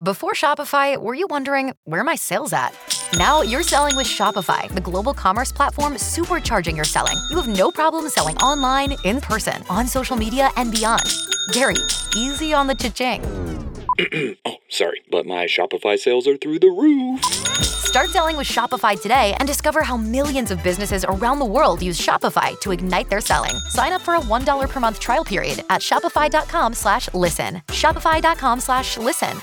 Before Shopify, were you wondering, where are my sales at? Now you're selling with Shopify, the global commerce platform supercharging your selling. You have no problem selling online, in person, on social media, and beyond. Gary, easy on the cha-ching. Oh, sorry, but my Shopify sales are through the roof. Start selling with Shopify today and discover how millions of businesses around the world use Shopify to ignite their selling. Sign up for a $1 per month trial period at shopify.com/listen. Shopify.com/listen.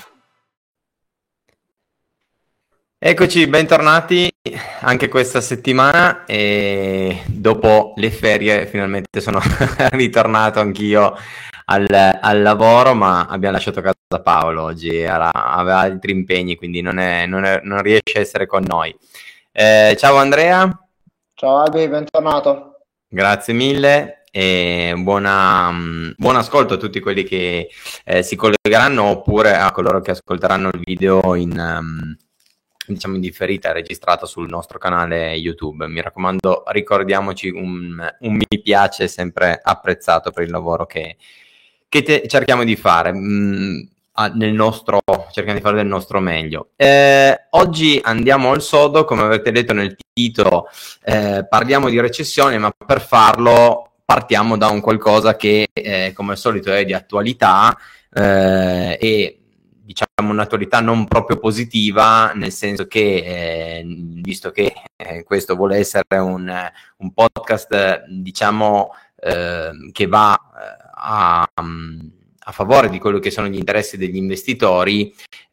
Eccoci, bentornati anche questa settimana e dopo le ferie finalmente sono ritornato anch'io al lavoro, ma abbiamo lasciato a casa Paolo oggi, aveva altri impegni, quindi non riesce a essere con noi. Ciao Andrea. Ciao Albi, bentornato. Grazie mille e buon ascolto a tutti quelli che si collegheranno oppure a coloro che ascolteranno il video in differita, registrata sul nostro canale YouTube. Mi raccomando, ricordiamoci un mi piace sempre apprezzato per il lavoro che cerchiamo di fare cerchiamo di fare del nostro meglio. Oggi andiamo al sodo, come avete letto nel titolo, parliamo di recessione, ma per farlo partiamo da un qualcosa che come al solito è di attualità e diciamo un'attualità non proprio positiva, nel senso che visto che questo vuole essere un podcast diciamo che va a favore di quello che sono gli interessi degli investitori,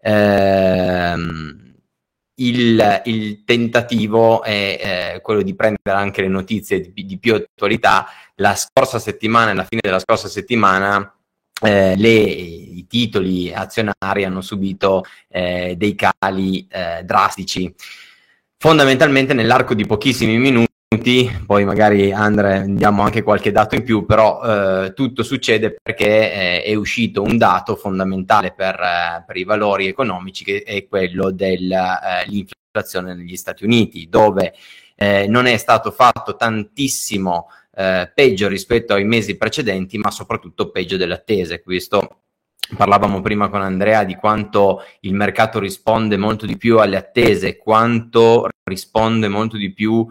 il tentativo è quello di prendere anche le notizie di più attualità. La fine della scorsa settimana i titoli azionari hanno subito dei cali drastici, fondamentalmente nell'arco di pochissimi minuti. Poi magari Andre diamo anche qualche dato in più, però tutto succede perché è uscito un dato fondamentale per i valori economici, che è quello dell'inflazione negli Stati Uniti, dove non è stato fatto tantissimo peggio rispetto ai mesi precedenti, ma soprattutto peggio delle attese. Questo parlavamo prima con Andrea di quanto il mercato risponde molto di più alle attese, quanto risponde molto di più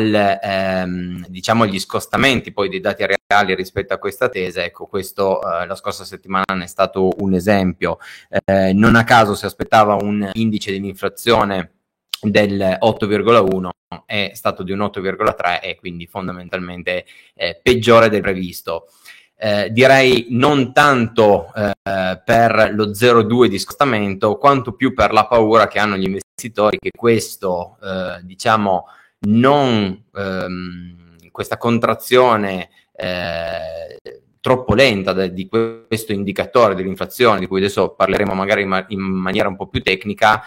agli scostamenti poi dei dati reali rispetto a questa attesa. Ecco, questo la scorsa settimana ne è stato un esempio. Non a caso si aspettava un indice dell'inflazione del 8,1, è stato di un 8,3 e quindi fondamentalmente peggiore del previsto. Direi non tanto per lo 0,2 di scostamento, quanto più per la paura che hanno gli investitori che questo questa contrazione troppo lenta di questo indicatore dell'inflazione, di cui adesso parleremo magari in maniera un po' più tecnica,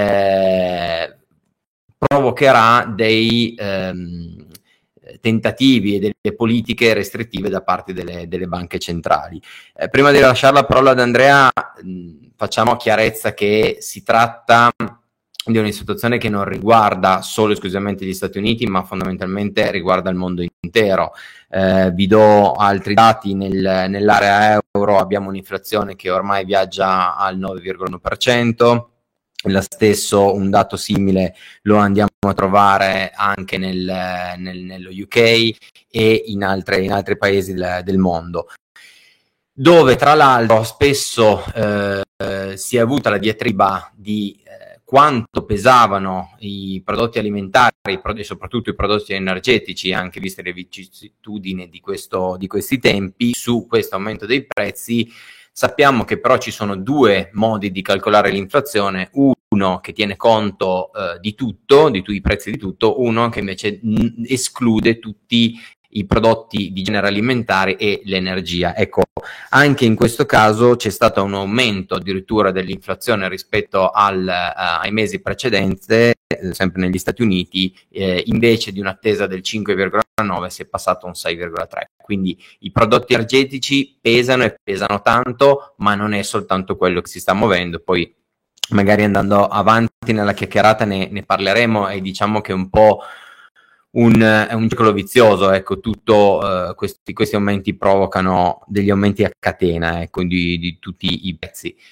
provocherà dei tentativi e delle politiche restrittive da parte delle banche centrali. Prima di lasciare la parola ad Andrea, facciamo chiarezza che si tratta di una situazione che non riguarda solo esclusivamente gli Stati Uniti, ma fondamentalmente riguarda il mondo intero. Vi do altri dati. Nell'area euro abbiamo un'inflazione che ormai viaggia al 9,1%. Un dato simile lo andiamo a trovare anche nello UK e in altri paesi del mondo, dove tra l'altro spesso si è avuta la diatriba di quanto pesavano i prodotti alimentari e soprattutto i prodotti energetici, anche viste le vicissitudini di questi tempi, su questo aumento dei prezzi. Sappiamo che però ci sono due modi di calcolare l'inflazione: uno che tiene conto di tutti i prezzi di tutto, uno che invece esclude tutti i prodotti di genere alimentare e l'energia. Ecco, anche in questo caso c'è stato un aumento addirittura dell'inflazione rispetto ai mesi precedenti, sempre negli Stati Uniti, invece di un'attesa del 5,9 si è passato a un 6,3. Quindi i prodotti energetici pesano e pesano tanto, ma non è soltanto quello che si sta muovendo. Poi magari andando avanti nella chiacchierata ne parleremo, e diciamo che è un po' è un circolo vizioso, ecco. Questi aumenti provocano degli aumenti a catena, ecco, di tutti i prezzi.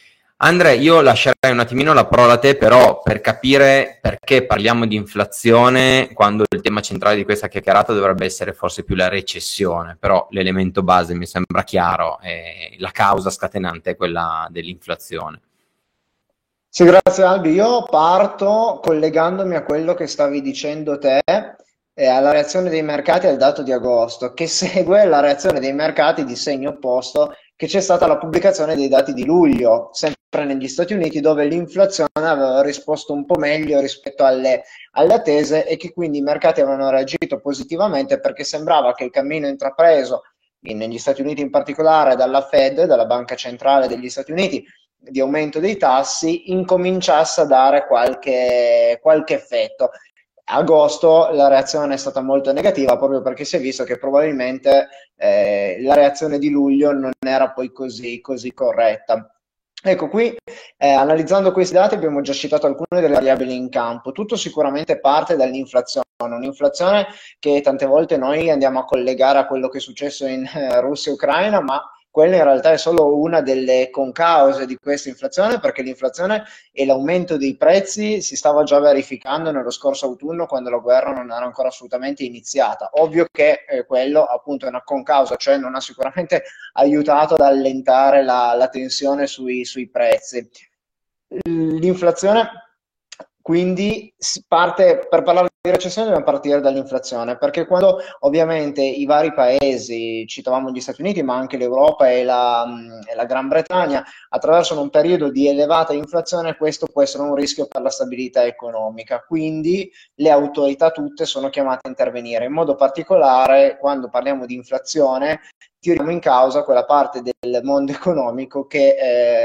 Andre, io lascerei un attimino la parola a te, però per capire perché parliamo di inflazione quando il tema centrale di questa chiacchierata dovrebbe essere forse più la recessione, però l'elemento base mi sembra chiaro, e la causa scatenante è quella dell'inflazione. Sì, grazie Albi. Io parto collegandomi a quello che stavi dicendo te, alla reazione dei mercati al dato di agosto, che segue la reazione dei mercati di segno opposto, che c'è stata la pubblicazione dei dati di luglio, sempre negli Stati Uniti, dove l'inflazione aveva risposto un po' meglio rispetto alle attese e che quindi i mercati avevano reagito positivamente perché sembrava che il cammino intrapreso negli Stati Uniti in particolare dalla Fed, dalla Banca Centrale degli Stati Uniti, di aumento dei tassi incominciasse a dare qualche effetto. Agosto la reazione è stata molto negativa proprio perché si è visto che probabilmente la reazione di luglio non era poi così corretta. Ecco qui, analizzando questi dati abbiamo già citato alcune delle variabili in campo. Tutto sicuramente parte dall'inflazione, un'inflazione che tante volte noi andiamo a collegare a quello che è successo in Russia e Ucraina, ma quella in realtà è solo una delle concause di questa inflazione, perché l'inflazione e l'aumento dei prezzi si stava già verificando nello scorso autunno quando la guerra non era ancora assolutamente iniziata. Ovvio che quello appunto è una concausa, cioè non ha sicuramente aiutato ad allentare la tensione sui prezzi. L'inflazione quindi parte, per parlare di recessione dobbiamo partire dall'inflazione, perché quando ovviamente i vari paesi, citavamo gli Stati Uniti, ma anche l'Europa e la Gran Bretagna, attraversano un periodo di elevata inflazione, questo può essere un rischio per la stabilità economica. Quindi le autorità tutte sono chiamate a intervenire. In modo particolare, quando parliamo di inflazione, tiriamo in causa quella parte del mondo economico che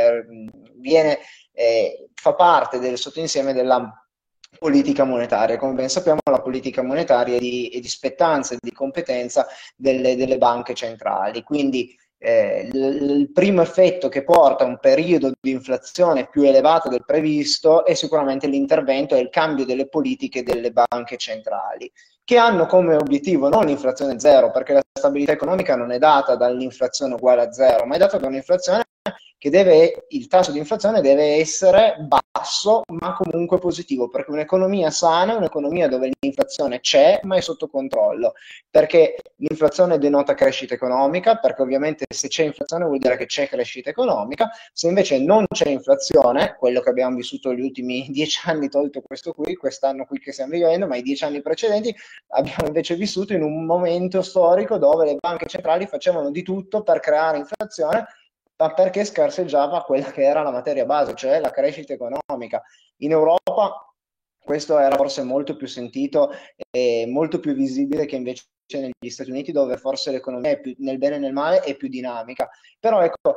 fa parte del sottoinsieme della politica monetaria. Come ben sappiamo, la politica monetaria è di spettanza e di competenza delle banche centrali. Quindi il primo effetto che porta a un periodo di inflazione più elevato del previsto è sicuramente l'intervento e il cambio delle politiche delle banche centrali, che hanno come obiettivo non l'inflazione zero, perché la stabilità economica non è data dall'inflazione uguale a zero, ma è data da un'inflazione il tasso di inflazione deve essere basso ma comunque positivo, perché un'economia sana è un'economia dove l'inflazione c'è ma è sotto controllo, perché l'inflazione denota crescita economica, perché ovviamente se c'è inflazione vuol dire che c'è crescita economica. Se invece non c'è inflazione, quello che abbiamo vissuto gli ultimi 10 anni, tolto quest'anno qui che stiamo vivendo, ma i 10 anni precedenti abbiamo invece vissuto in un momento storico dove le banche centrali facevano di tutto per creare inflazione, ma perché scarseggiava quella che era la materia base, cioè la crescita economica. In Europa questo era forse molto più sentito e molto più visibile che invece negli Stati Uniti, dove forse l'economia è più, nel bene e nel male è più dinamica. Però ecco,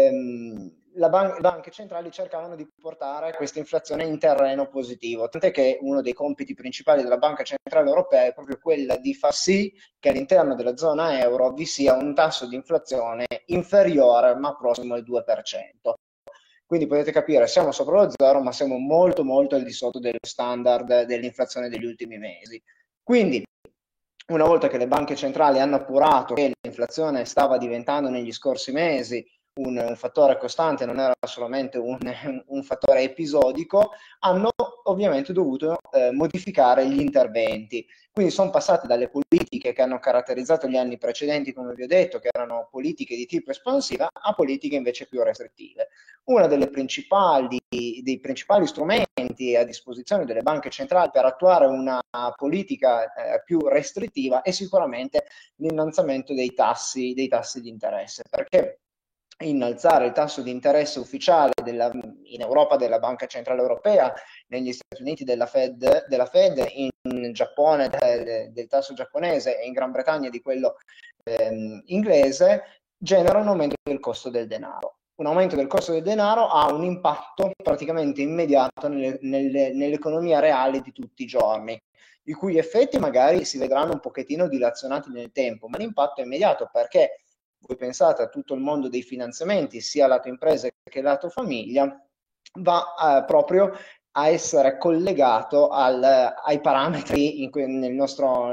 le banche centrali cercavano di portare questa inflazione in terreno positivo, tant'è che uno dei compiti principali della Banca Centrale Europea è proprio quella di far sì che all'interno della zona euro vi sia un tasso di inflazione inferiore ma prossimo al 2%. Quindi potete capire, siamo sopra lo zero, ma siamo molto molto al di sotto dello standard dell'inflazione degli ultimi mesi. Quindi, una volta che le banche centrali hanno appurato che l'inflazione stava diventando negli scorsi mesi un fattore costante, non era solamente un fattore episodico, hanno ovviamente dovuto modificare gli interventi. Quindi sono passati dalle politiche che hanno caratterizzato gli anni precedenti, come vi ho detto, che erano politiche di tipo espansiva, a politiche invece più restrittive. Uno dei principali strumenti a disposizione delle banche centrali per attuare una politica più restrittiva è sicuramente l'innalzamento dei tassi di interesse, perché innalzare il tasso di interesse ufficiale in Europa della Banca Centrale Europea, negli Stati Uniti della Fed, in Giappone del tasso giapponese e in Gran Bretagna di quello inglese, genera un aumento del costo del denaro. Un aumento del costo del denaro ha un impatto praticamente immediato nell'economia reale di tutti i giorni, i cui effetti magari si vedranno un pochettino dilazionati nel tempo, ma l'impatto è immediato, perché voi pensate a tutto il mondo dei finanziamenti, sia lato imprese che lato famiglia, va proprio a essere collegato ai parametri nel nostro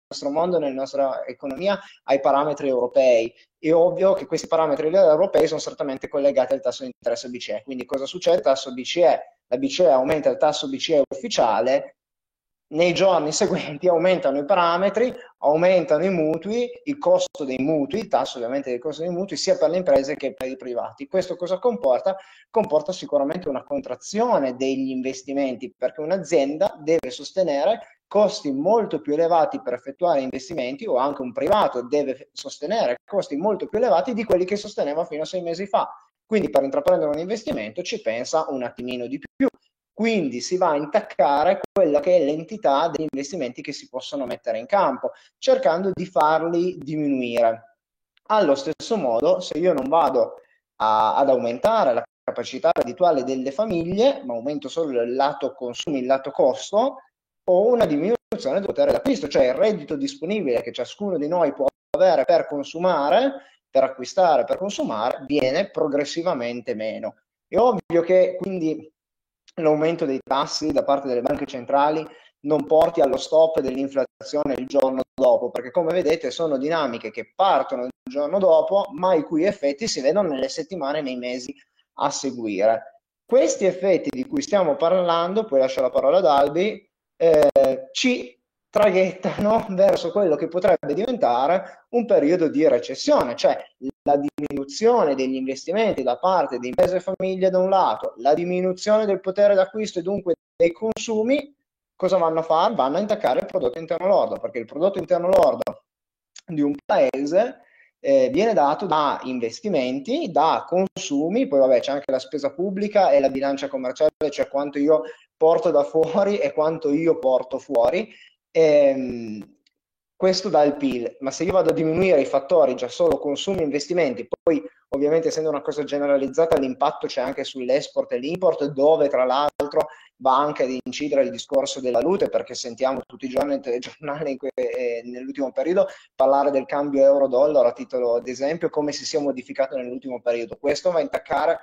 nostro mondo, nella nostra economia, ai parametri europei. È ovvio che questi parametri europei sono strettamente collegati al tasso di interesse BCE. Quindi cosa succede? Il tasso BCE, la BCE aumenta il tasso BCE ufficiale, nei giorni seguenti aumentano i parametri, aumentano i mutui, il costo dei mutui, il tasso ovviamente del costo dei mutui, sia per le imprese che per i privati. Questo cosa comporta? Comporta sicuramente una contrazione degli investimenti, perché un'azienda deve sostenere costi molto più elevati per effettuare investimenti, o anche un privato deve sostenere costi molto più elevati di quelli che sosteneva fino a 6 mesi fa. Quindi per intraprendere un investimento ci pensa un attimino di più. Quindi si va a intaccare quella che è l'entità degli investimenti che si possono mettere in campo, cercando di farli diminuire. Allo stesso modo, se io non vado ad aumentare la capacità reddituale delle famiglie, ma aumento solo il lato consumi, il lato costo, ho una diminuzione del potere d'acquisto, cioè il reddito disponibile che ciascuno di noi può avere per consumare, per acquistare, per consumare, viene progressivamente meno. È ovvio che quindi l'aumento dei tassi da parte delle banche centrali non porti allo stop dell'inflazione il giorno dopo, perché come vedete sono dinamiche che partono il giorno dopo, ma i cui effetti si vedono nelle settimane e nei mesi a seguire. Questi effetti di cui stiamo parlando, poi lascio la parola ad Albi, ci traghettano verso quello che potrebbe diventare un periodo di recessione, cioè la diminuzione degli investimenti da parte di imprese e famiglie da un lato, la diminuzione del potere d'acquisto e dunque dei consumi. Cosa vanno a fare? Vanno a intaccare il prodotto interno lordo, perché il prodotto interno lordo di un paese viene dato da investimenti, da consumi, poi vabbè c'è anche la spesa pubblica e la bilancia commerciale, cioè quanto io porto da fuori e quanto io porto fuori. Questo dà il PIL, ma se io vado a diminuire i fattori già solo consumi e investimenti, poi ovviamente essendo una cosa generalizzata l'impatto c'è anche sull'export e l'import, dove tra l'altro va anche ad incidere il discorso della valute, perché sentiamo tutti i giorni nel telegiornale nell'ultimo periodo parlare del cambio euro-dollaro a titolo d'esempio, come si sia modificato nell'ultimo periodo. Questo va a intaccare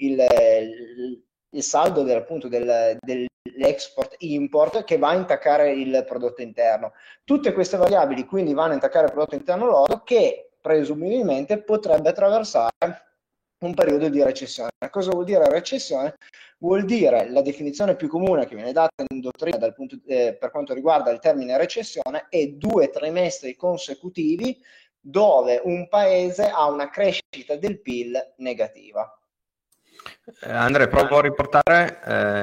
il saldo dell'export-import, che va a intaccare il prodotto interno. Tutte queste variabili quindi vanno a intaccare il prodotto interno lordo, che presumibilmente potrebbe attraversare un periodo di recessione. Cosa vuol dire recessione? Vuol dire, la definizione più comune che viene data in dottrina per quanto riguarda il termine recessione è 2 trimestri consecutivi dove un paese ha una crescita del PIL negativa. Andrea, provo a riportare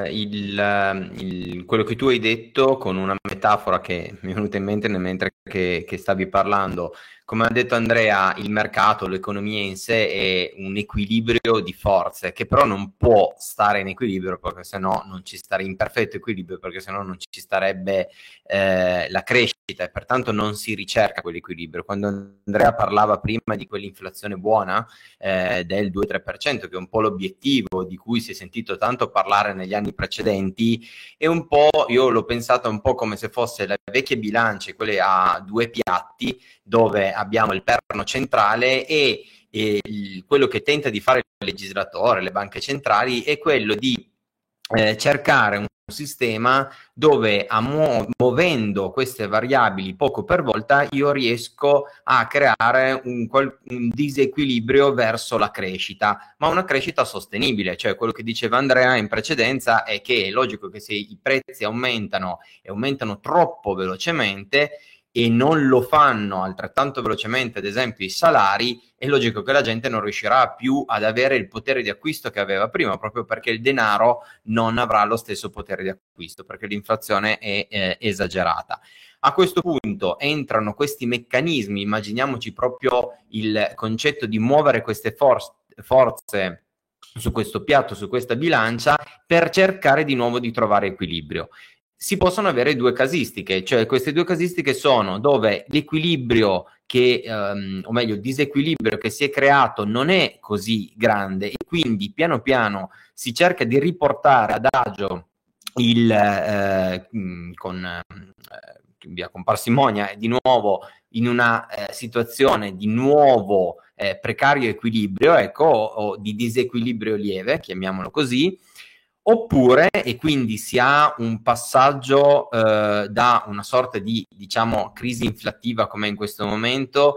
quello che tu hai detto con una metafora che mi è venuta in mente mentre che stavi parlando. Come ha detto Andrea, il mercato, l'economia in sé è un equilibrio di forze che però non può stare in equilibrio, perché sennò non ci starebbe in perfetto equilibrio, perché sennò non ci starebbe la crescita, e pertanto non si ricerca quell'equilibrio. Quando Andrea parlava prima di quell'inflazione buona del 2-3%, che è un po' l'obiettivo di cui si è sentito tanto parlare negli anni precedenti, è un po', io l'ho pensata un po' come se fosse le vecchie bilance, quelle a 2 piatti, dove abbiamo il perno centrale e quello che tenta di fare il legislatore, le banche centrali, è quello di cercare un sistema dove muovendo queste variabili poco per volta io riesco a creare un disequilibrio verso la crescita, ma una crescita sostenibile. Cioè quello che diceva Andrea in precedenza è che è logico che se i prezzi aumentano e aumentano troppo velocemente e non lo fanno altrettanto velocemente, ad esempio i salari, è logico che la gente non riuscirà più ad avere il potere di acquisto che aveva prima, proprio perché il denaro non avrà lo stesso potere di acquisto, perché l'inflazione è esagerata. A questo punto entrano questi meccanismi, immaginiamoci proprio il concetto di muovere queste forze su questo piatto, su questa bilancia, per cercare di nuovo di trovare equilibrio. Si possono avere 2 casistiche, cioè queste 2 casistiche sono dove l'equilibrio o meglio il disequilibrio che si è creato non è così grande e quindi piano piano si cerca di riportare ad agio con parsimonia di nuovo in una situazione di nuovo precario equilibrio, ecco, o di disequilibrio lieve, chiamiamolo così. oppure, e quindi si ha un passaggio da una sorta di, diciamo, crisi inflattiva come in questo momento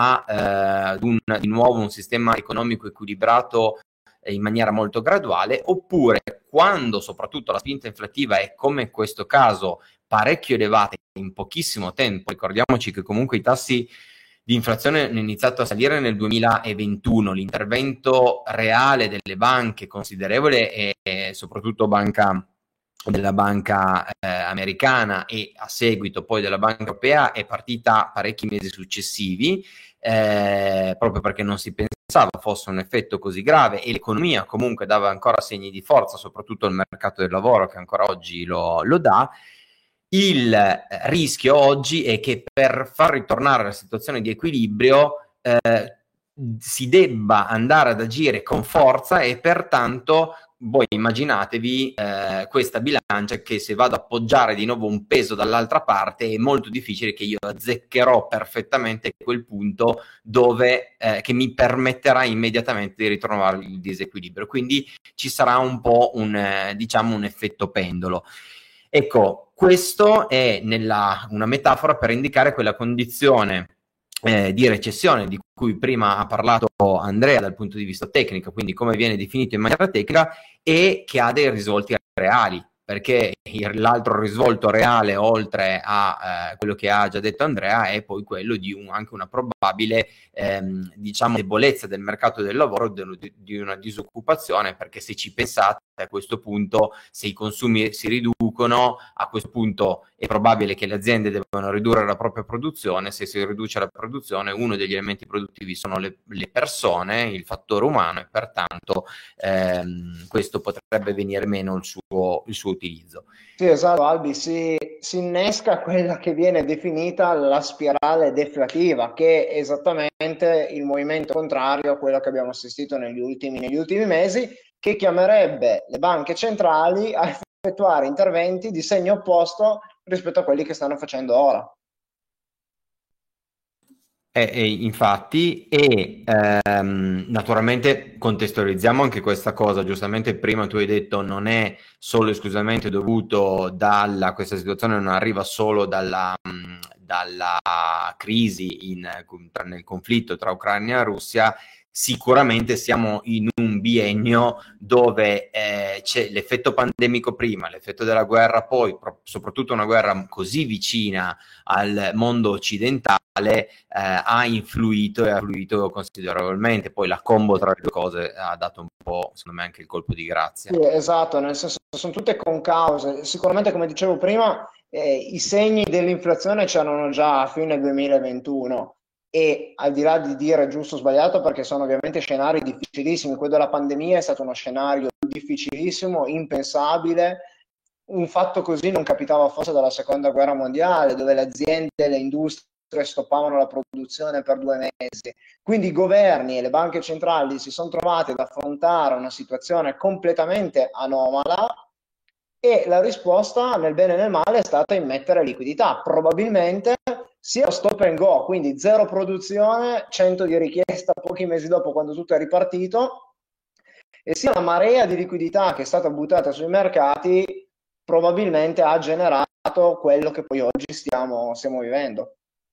a di nuovo un sistema economico equilibrato in maniera molto graduale, oppure quando soprattutto la spinta inflattiva è, come in questo caso, parecchio elevata in pochissimo tempo. Ricordiamoci che comunque i tassi di inflazione hanno iniziato a salire nel 2021, l'intervento reale delle banche considerevole e soprattutto della banca americana e a seguito poi della banca europea è partita parecchi mesi successivi, proprio perché non si pensava fosse un effetto così grave e l'economia comunque dava ancora segni di forza, soprattutto il mercato del lavoro che ancora oggi lo dà. Il rischio oggi è che per far ritornare la situazione di equilibrio si debba andare ad agire con forza e pertanto voi immaginatevi questa bilancia che se vado ad appoggiare di nuovo un peso dall'altra parte è molto difficile che io azzeccherò perfettamente quel punto dove che mi permetterà immediatamente di ritrovare il disequilibrio, quindi ci sarà un po' diciamo un effetto pendolo. Ecco, questo è una metafora per indicare quella condizione di recessione di cui prima ha parlato Andrea dal punto di vista tecnico, quindi come viene definito in maniera tecnica e che ha dei risvolti reali, perché l'altro risvolto reale, oltre a quello che ha già detto Andrea, è poi quello di anche una probabile diciamo debolezza del mercato del lavoro, di una disoccupazione, perché se ci pensate a questo punto, se i consumi si riducono, a questo punto è probabile che le aziende debbano ridurre la propria produzione. Se si riduce la produzione, uno degli elementi produttivi sono le persone, il fattore umano, e pertanto questo potrebbe venire meno il suo utilizzo. Sì, esatto, Albi, si innesca quella che viene definita la spirale deflativa, che è esattamente il movimento contrario a quello che abbiamo assistito negli ultimi mesi, che chiamerebbe le banche centrali a effettuare interventi di segno opposto rispetto a quelli che stanno facendo ora. Infatti, naturalmente contestualizziamo anche questa cosa. Giustamente prima tu hai detto non è solo esclusivamente dovuto questa situazione non arriva solo dalla crisi nel conflitto tra Ucraina e Russia. Sicuramente siamo in un biennio dove c'è l'effetto pandemico prima, l'effetto della guerra poi, soprattutto una guerra così vicina al mondo occidentale ha influito considerevolmente. Poi la combo tra le due cose ha dato un po', secondo me, anche il colpo di grazia. Sì, esatto, nel senso sono tutte concause. Sicuramente, come dicevo prima, i segni dell'inflazione c'erano già a fine 2021 e al di là di dire giusto o sbagliato, perché sono ovviamente scenari difficilissimi, quello della pandemia è stato uno scenario difficilissimo, impensabile. Un fatto così non capitava forse dalla seconda guerra mondiale, dove le aziende e le industrie stoppavano la produzione per 2 mesi. Quindi i governi e le banche centrali si sono trovati ad affrontare una situazione completamente anomala e la risposta, nel bene e nel male, è stata immettere liquidità. Probabilmente sia lo stop and go, quindi zero produzione, 100 di richiesta pochi mesi dopo quando tutto è ripartito, e sia la marea di liquidità che è stata buttata sui mercati probabilmente ha generato quello che poi oggi stiamo vivendo.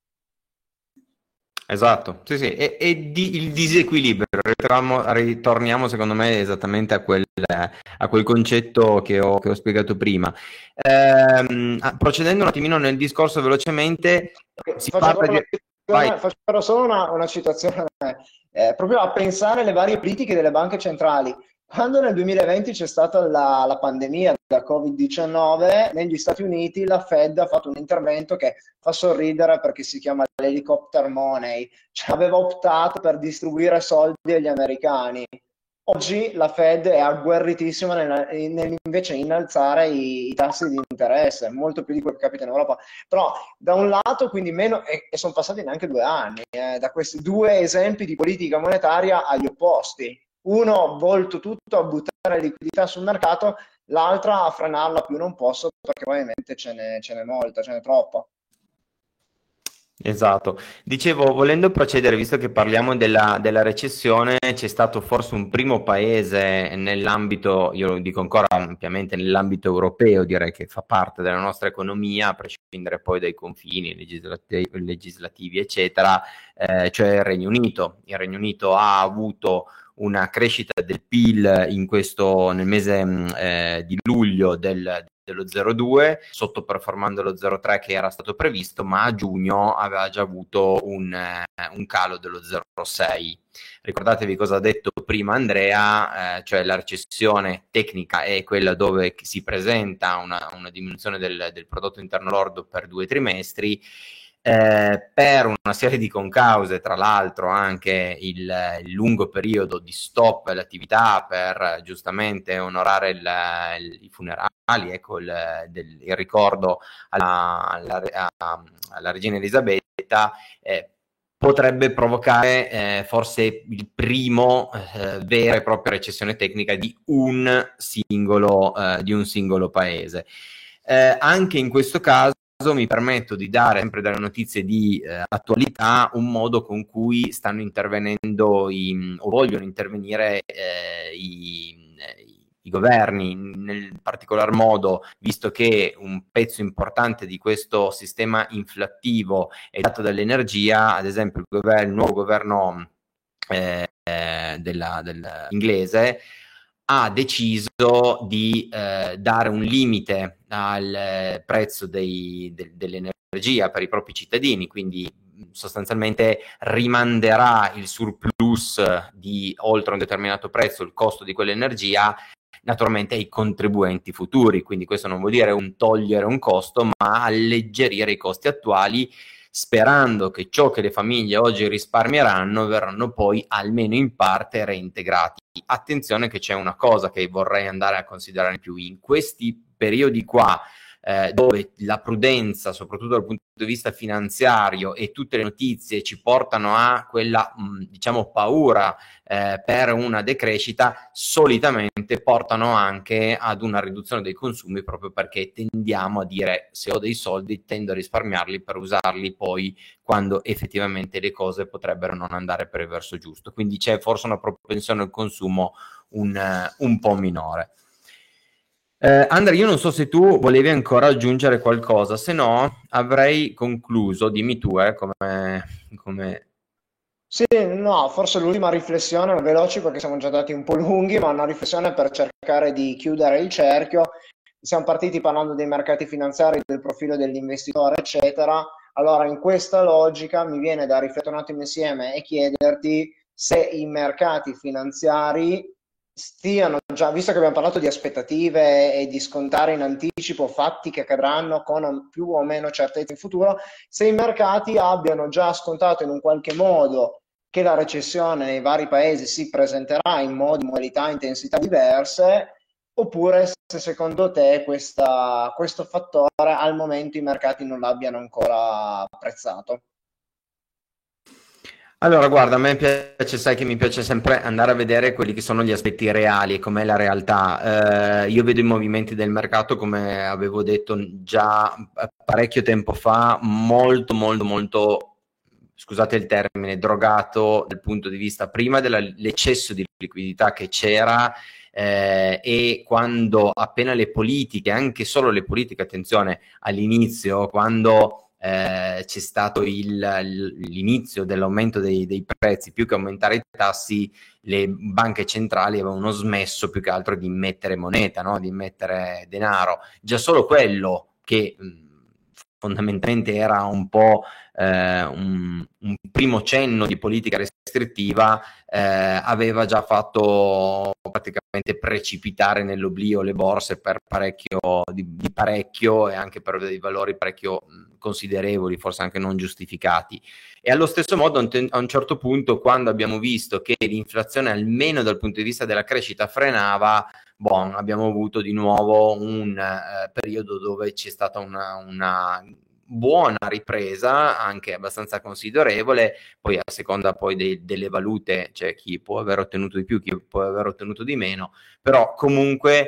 Esatto, sì, il disequilibrio, ritorniamo secondo me esattamente a quel concetto che ho spiegato prima. Procedendo un attimino nel discorso velocemente, faccio però solo una citazione, proprio a pensare alle varie politiche delle banche centrali. Quando nel 2020 c'è stata la pandemia da Covid-19, negli Stati Uniti la Fed ha fatto un intervento che fa sorridere perché si chiama l'helicopter money, cioè aveva optato per distribuire soldi agli americani. Oggi la Fed è agguerritissima invece innalzare i tassi di interesse, molto più di quello che capita in Europa. Però da un lato, quindi meno, e sono passati neanche 2 anni, da questi 2 esempi di politica monetaria agli opposti. Uno volto tutto a buttare liquidità sul mercato, l'altra a frenarla più non posso perché ovviamente ce n'è molta, ce n'è troppa. Esatto. Dicevo, volendo procedere, visto che parliamo della recessione, c'è stato forse un primo paese nell'ambito, io lo dico ancora ampiamente nell'ambito europeo, direi che fa parte della nostra economia, a prescindere poi dai confini legislativi, eccetera, cioè il Regno Unito. Il Regno Unito ha avuto una crescita del PIL nel mese di luglio dello 0,2, sottoperformando lo 0,3 che era stato previsto, ma a giugno aveva già avuto un calo dello 0,6. Ricordatevi cosa ha detto prima Andrea, cioè la recessione tecnica è quella dove si presenta una diminuzione del prodotto interno lordo per 2 trimestri. Per una serie di concause, tra l'altro anche il lungo periodo di stop all'attività per giustamente onorare i funerali, ecco, il ricordo alla regina Elisabetta, potrebbe provocare forse il primo vera e propria recessione tecnica di un singolo paese. Anche in questo caso mi permetto di dare sempre delle notizie di attualità, un modo con cui stanno intervenendo o vogliono intervenire i governi, nel particolar modo, visto che un pezzo importante di questo sistema inflattivo è dato dall'energia. Ad esempio il nuovo governo inglese ha deciso di dare un limite al prezzo dell'energia per i propri cittadini, quindi sostanzialmente rimanderà il surplus di oltre un determinato prezzo, il costo di quell'energia, naturalmente ai contribuenti futuri. Quindi questo non vuol dire un togliere un costo, ma alleggerire i costi attuali, sperando che ciò che le famiglie oggi risparmieranno verranno poi almeno in parte reintegrati. Attenzione che c'è una cosa che vorrei andare a considerare più in questi periodi qua, dove la prudenza, soprattutto dal punto di vista finanziario, e tutte le notizie ci portano a quella diciamo paura per una decrescita, solitamente portano anche ad una riduzione dei consumi, proprio perché tendiamo a dire: se ho dei soldi tendo a risparmiarli per usarli poi quando effettivamente le cose potrebbero non andare per il verso giusto. Quindi c'è forse una propensione al consumo un po' minore. Andrea, io non so se tu volevi ancora aggiungere qualcosa, se no avrei concluso. Dimmi tu, come... Sì, no, forse l'ultima riflessione, veloci perché siamo già andati un po' lunghi, ma una riflessione per cercare di chiudere il cerchio. Siamo partiti parlando dei mercati finanziari, del profilo dell'investitore, eccetera. Allora, in questa logica mi viene da riflettere un attimo insieme e chiederti se i mercati finanziari stiano già, visto che abbiamo parlato di aspettative e di scontare in anticipo fatti che accadranno con più o meno certezza in futuro, se i mercati abbiano già scontato in un qualche modo che la recessione nei vari paesi si presenterà in modi, modalità, intensità diverse, oppure se secondo te questo fattore al momento i mercati non l'abbiano ancora apprezzato. Allora, guarda, a me piace, sai che mi piace sempre andare a vedere quelli che sono gli aspetti reali e com'è la realtà. Io vedo i movimenti del mercato, come avevo detto già parecchio tempo fa, molto, molto, molto, scusate il termine, drogato dal punto di vista prima dell'eccesso di liquidità che c'era, e quando appena le politiche, anche solo le politiche, attenzione, all'inizio, quando c'è stato l'inizio dell'aumento dei prezzi, più che aumentare i tassi, le banche centrali avevano smesso più che altro di mettere moneta, no? Di mettere denaro. Già solo quello, che fondamentalmente era un po' un primo cenno di politica restrittiva, aveva già fatto praticamente precipitare nell'oblio le borse per di parecchio, e anche per dei valori parecchio considerevoli, forse anche non giustificati. E allo stesso modo, a un certo punto, quando abbiamo visto che l'inflazione, almeno dal punto di vista della crescita, frenava, abbiamo avuto di nuovo un periodo dove c'è stata una buona ripresa, anche abbastanza considerevole, poi a seconda poi delle valute, c'è chi può aver ottenuto di più, chi può aver ottenuto di meno, però comunque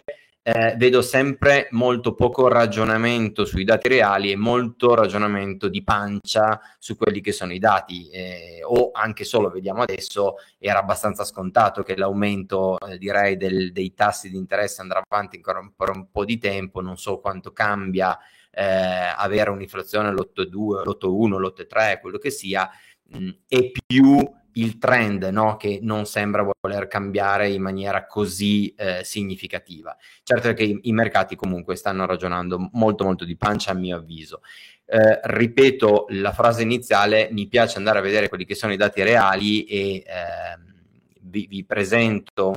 vedo sempre molto poco ragionamento sui dati reali e molto ragionamento di pancia su quelli che sono i dati, o anche solo, vediamo adesso, era abbastanza scontato che l'aumento direi dei tassi di interesse andrà avanti ancora per un po' di tempo, non so quanto cambia avere un'inflazione all'8,2, l'8,1, l'8,3, quello che sia, e più il trend, no? Che non sembra voler cambiare in maniera così significativa. Certo è che i mercati comunque stanno ragionando molto molto di pancia, a mio avviso. Ripeto la frase iniziale, mi piace andare a vedere quelli che sono i dati reali e vi presento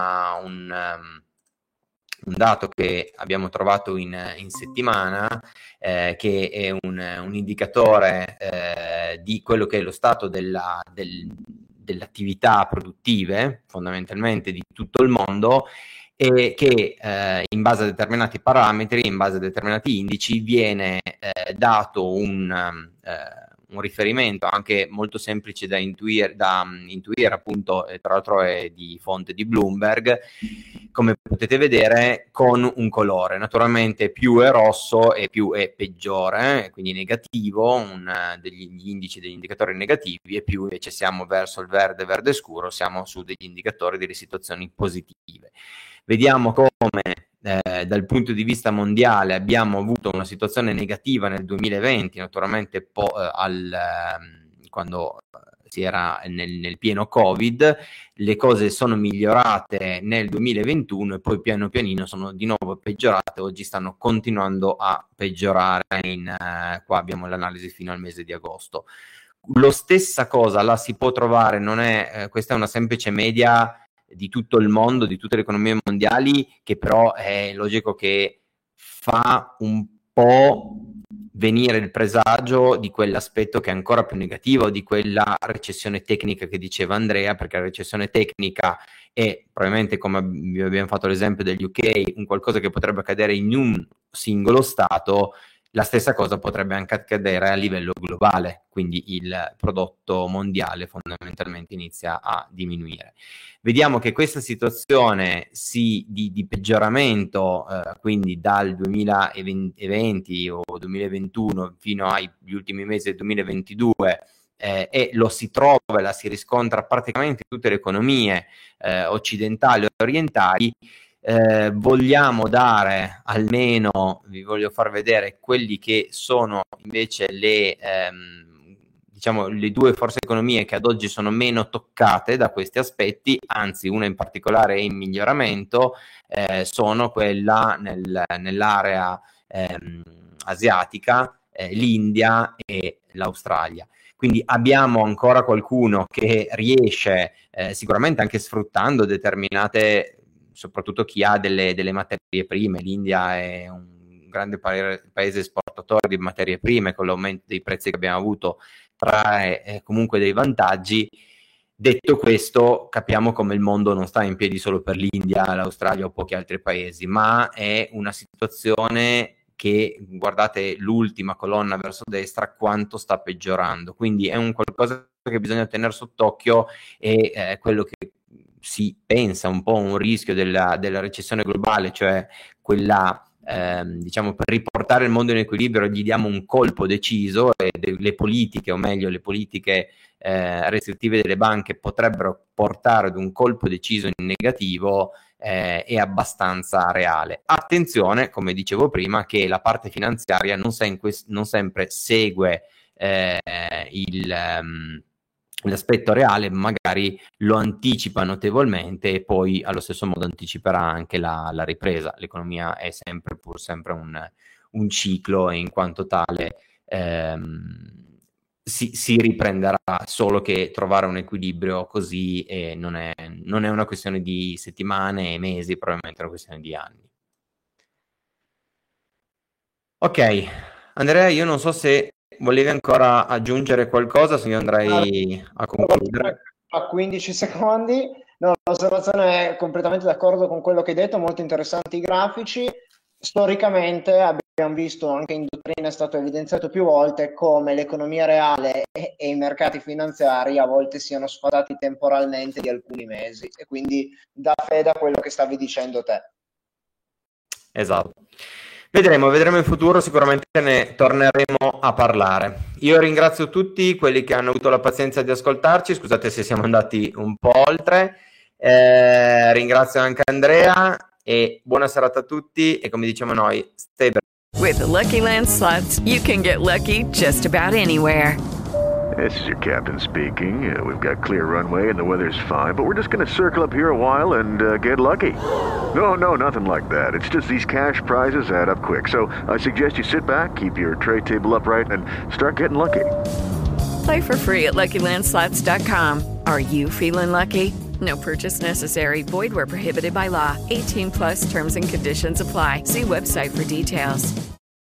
un dato che abbiamo trovato in settimana, che è un indicatore di quello che è lo stato delle attività produttive, fondamentalmente di tutto il mondo, e che in base a determinati parametri, in base a determinati indici, viene dato un riferimento anche molto semplice da intuire appunto, tra l'altro è di fonte di Bloomberg, come potete vedere, con un colore. Naturalmente più è rosso e più è peggiore, quindi negativo, degli indici degli indicatori negativi, e più invece siamo verso il verde, verde scuro, siamo su degli indicatori delle situazioni positive. Vediamo come dal punto di vista mondiale abbiamo avuto una situazione negativa nel 2020, naturalmente quando si era nel pieno Covid, le cose sono migliorate nel 2021 e poi piano pianino sono di nuovo peggiorate, oggi stanno continuando a peggiorare, qua abbiamo l'analisi fino al mese di agosto. Lo stessa cosa la si può trovare, non è questa è una semplice media di tutto il mondo, di tutte le economie mondiali, che però è logico che fa un po' venire il presagio di quell'aspetto che è ancora più negativo, di quella recessione tecnica che diceva Andrea, perché la recessione tecnica è probabilmente, come abbiamo fatto l'esempio degli UK, un qualcosa che potrebbe accadere in un singolo stato. La stessa cosa potrebbe anche accadere a livello globale, quindi il prodotto mondiale fondamentalmente inizia a diminuire. Vediamo che questa situazione di peggioramento, quindi dal 2020 o 2021 fino agli ultimi mesi del 2022, e lo si trova e la si riscontra praticamente in tutte le economie occidentali e orientali. Vogliamo dare almeno, vi voglio far vedere quelli che sono invece diciamo le due forse economie che ad oggi sono meno toccate da questi aspetti, anzi una in particolare è in miglioramento, sono quella nell'area asiatica, l'India e l'Australia. Quindi abbiamo ancora qualcuno che riesce, sicuramente anche sfruttando determinate, soprattutto chi ha delle materie prime. L'India è un grande paese esportatore di materie prime, con l'aumento dei prezzi che abbiamo avuto trae comunque dei vantaggi. Detto questo, capiamo come il mondo non sta in piedi solo per l'India, l'Australia o pochi altri paesi, ma è una situazione che, guardate l'ultima colonna verso destra, quanto sta peggiorando. Quindi è un qualcosa che bisogna tenere sott'occhio, e quello che si pensa un po' un rischio della recessione globale, cioè quella diciamo, per riportare il mondo in equilibrio gli diamo un colpo deciso, e le politiche, o meglio le politiche restrittive delle banche potrebbero portare ad un colpo deciso in negativo, è abbastanza reale. Attenzione, come dicevo prima, che la parte finanziaria non sempre segue l'aspetto reale, magari lo anticipa notevolmente e poi allo stesso modo anticiperà anche la ripresa. L'economia è pur sempre un ciclo, e in quanto tale si riprenderà, solo che trovare un equilibrio così non è una questione di settimane e mesi, probabilmente è una questione di anni. Ok, Andrea, io non so se volevi ancora aggiungere qualcosa, se io andrei a concludere. A 15 secondi. No, l'osservazione è completamente d'accordo con quello che hai detto, molto interessanti i grafici. Storicamente abbiamo visto, anche in dottrina è stato evidenziato più volte, come l'economia reale e i mercati finanziari a volte siano sfasati temporalmente di alcuni mesi, e quindi dà fede a quello che stavi dicendo te. Esatto. Vedremo in futuro, sicuramente ne torneremo a parlare. Io ringrazio tutti quelli che hanno avuto la pazienza di ascoltarci, scusate se siamo andati un po' oltre, ringrazio anche Andrea e buona serata a tutti e come diciamo noi, stay back. With the Lucky Land Slots, you can get lucky just about anywhere. This is your captain speaking. We've got clear runway and the weather's fine, but we're just going to circle up here a while and get lucky. No, nothing like that. It's just these cash prizes add up quick. So I suggest you sit back, keep your tray table upright, and start getting lucky. Play for free at LuckyLandSlots.com. Are you feeling lucky? No purchase necessary. Void where prohibited by law. 18+ terms and conditions apply. See website for details.